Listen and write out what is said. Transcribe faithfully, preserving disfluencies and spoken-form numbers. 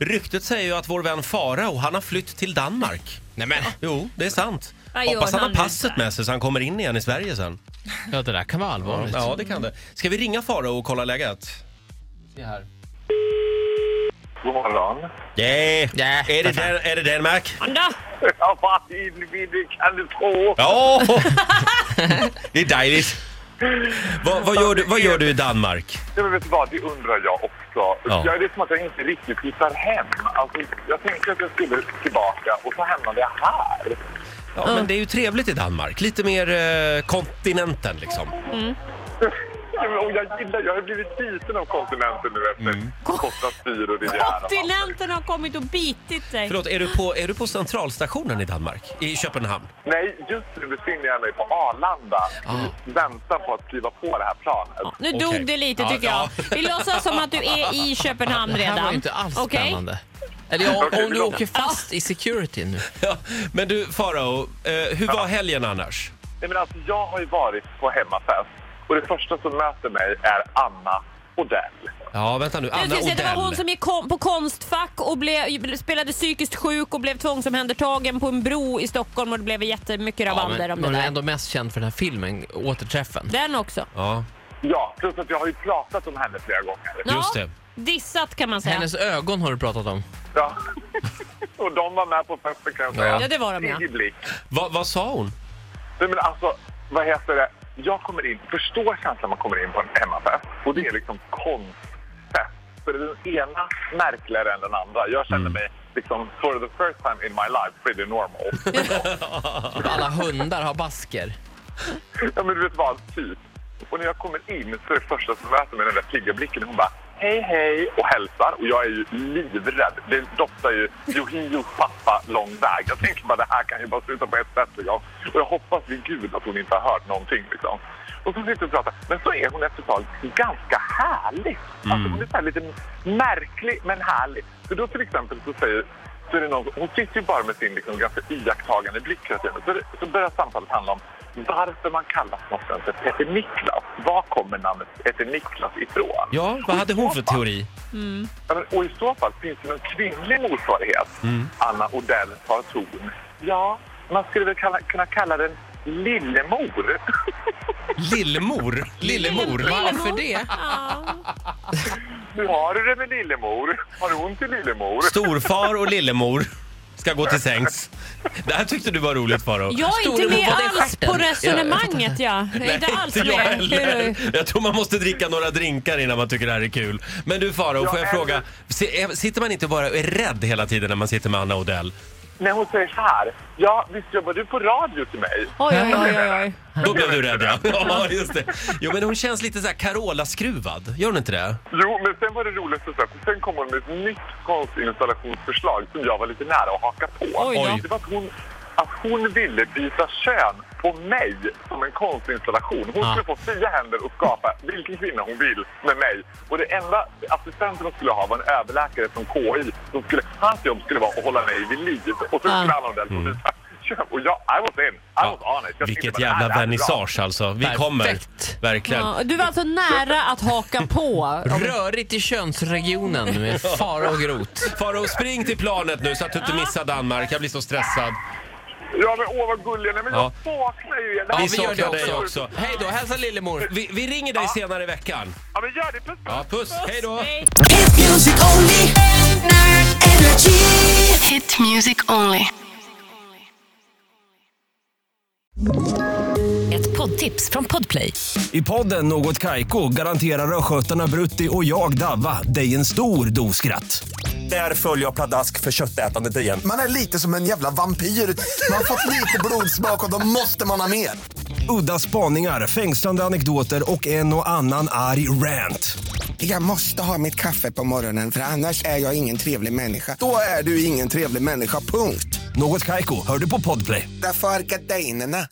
Ryktet säger ju att vår vän Farao, han har flytt till Danmark. Nej men. Jo, det är sant. Vad Hoppas gör han har han passet nu? med sig så han kommer in igen i Sverige sen. Ja, det där kan vara allvarligt. Ja, det kan det. Ska vi ringa Farao och kolla läget? Se här. God morgon. Yeah. Yeah. Är det den, är det Danmark? Anda! Jag har varit i det kan du tro. Ja! Det är dejligt. Vad, vad, gör du, vad gör du i Danmark? Ja, men vet du vad, det undrar jag också. Ja. Jag är det som att jag inte riktigt hittar hem. Alltså, jag tänkte att jag skulle tillbaka och så hamnade jag här. Ja, men det är ju trevligt i Danmark. Lite mer eh, kontinenten liksom. Mm. Och jag gillar, jag har blivit biten av kontinenten nu efter mm. Costa Styr och det jävla. Kontinenten har kommit och bitit dig. Förlåt, är du på, är du på centralstationen i Danmark? I Köpenhamn? Nej, just nu befinner jag mig på Arlanda. Ah. Väntar på att kliva på det här planet. Ja, nu Okej. dog det lite tycker Ja, jag. Vi låtsas som att du är i Köpenhamn Det här var redan. ju inte alls Okej? spännande. Eller ja, om, Okej, om du förlåt. åker fast i security nu. Ja, men du, Farao, eh, hur var helgen annars? Nej, men alltså, jag har ju varit på hemmafest. Och det första som möter mig är Anna Odell. Ja, vänta nu. Jag Anna skulle säga, det var hon Odell. som gick kom, på Konstfack och blev, spelade psykiskt sjuk och blev tvångsomhändertagen på en bro i Stockholm och det blev jättemycket Ja, rabalder men om det hon är där. ändå mest känd för den här filmen, Återträffen. Den också. Ja, Ja, plus att jag har ju pratat om henne flera gånger. Ja, just det. dissat kan man säga. Hennes ögon har du pratat om. Ja. Och de var med på festen kan jag säga. Ja, det var de, ja. I blick. Va, vad sa hon? Nej, men alltså, vad heter det? Jag kommer in, förstår känslan man kommer in på en hemmafest. Och det är liksom konstfest. För den ena märkligare än den andra. Jag känner Mm. mig liksom, for the first time in my life, pretty normal. Alla hundar har basker. Ja, men du vet vad, typ. Och när jag kommer in så är det första som möter med den där pigga blicken. Hon bara, hej hej, och hälsar. Och jag är ju livrädd. Det doftar ju Johio pappa lång väg. Jag tänker bara, det här kan ju bara sluta på ett sätt. Liksom. Och jag hoppas vid Gud att hon inte har hört någonting. Liksom. Och så sitter vi och pratar. Men så är hon efter ett tag ganska härlig. Alltså hon är så här lite märklig men härlig. För då till exempel så säger... Så är det någon, hon sitter ju bara med sin liksom, ganska iakttagande blick. Så, det, så börjar samtalet handla om varför man kallas någonstans för Peter Niklas. Var kommer namnet Peter Niklas ifrån? Ja, vad hade hon för teori? Mm. Ja, men, och i så fall finns det någon kvinnlig motsvarighet. Mm. Anna Odell tar ton. Ja, man skulle väl kalla, kunna kalla den Lillemor. Lillemor? Lillemor? Varför det? Ja. Hur har du det med Lillemor? Har du ont i Lillemor? Storfar och lillemor ska gå till sängs. Det här tyckte du var roligt, Farao. Jag är inte Stormor, med var det alls stjärten? på resonemanget, ja. Jag är inte alls inte jag med. heller. Hur- Jag tror man måste dricka några drinkar innan man tycker det här är kul. Men du, Farao, får jag Ja, fråga, si- sitter man inte bara och är rädd hela tiden när man sitter med Anna Odell? När hon säger så här. Ja, visst jobbar du på radio till mig? Oj, oj, oj, oj, oj. Då blev du rädd, ja. Ja, just det. Jo, men hon känns lite så här Carola-skruvad. Gör hon inte det? Jo, men sen var det roligt så att sen kom hon med ett nytt konstinstallationsförslag som jag var lite nära att haka på. Oj då. Det var att hon, att hon ville byta kön på mig som en konstinstallation. Hon Ah. skulle få fria händer och skapa vilken kvinna hon vill med mig. Och det enda assistenten hon skulle ha var en överläkare från K I. Som skulle, hans jobb skulle vara att hålla mig vid liv. Och så Ah. skulle han ha den på byta kön. Och jag, I was in. I was on it. Jag Vilket tänkte bara, jävla det här är bra. vernissage alltså. Vi kommer. Perfekt. Verkligen. Ja, du var alltså nära att haka på. Rörigt i könsregionen med fara och grot. Farao, spring till planet nu så att du inte missar Danmark. Jag blir så stressad. Ja, men åh vad gulliga. Nej, men Ja. jag saknar ju er. Ja, Vi vi gör saknar det dig också. också. Hej då, hälsa Lillemor. Vi, vi ringer dig senare i veckan. Ja, men gör det. Puss, puss. Ja, puss. Hej då. Hej. Hit music only. Energy. Hit music only. Ett poddtips från Podplay. I podden Något Kaiko garanterar östgötarna Brutti och jag Davva dig en stor dos skratt. Där följer jag pladask för köttätandet igen. Man är lite som en jävla vampyr. Man har fått lite blodsmak och då måste man ha mer. Udda spaningar, fängslande anekdoter och en och annan arg rant. Jag måste ha mitt kaffe på morgonen för annars är jag ingen trevlig människa. Då är du ingen trevlig människa, punkt. Något Kaiko, hör du på Podplay. Därför är gardinerna.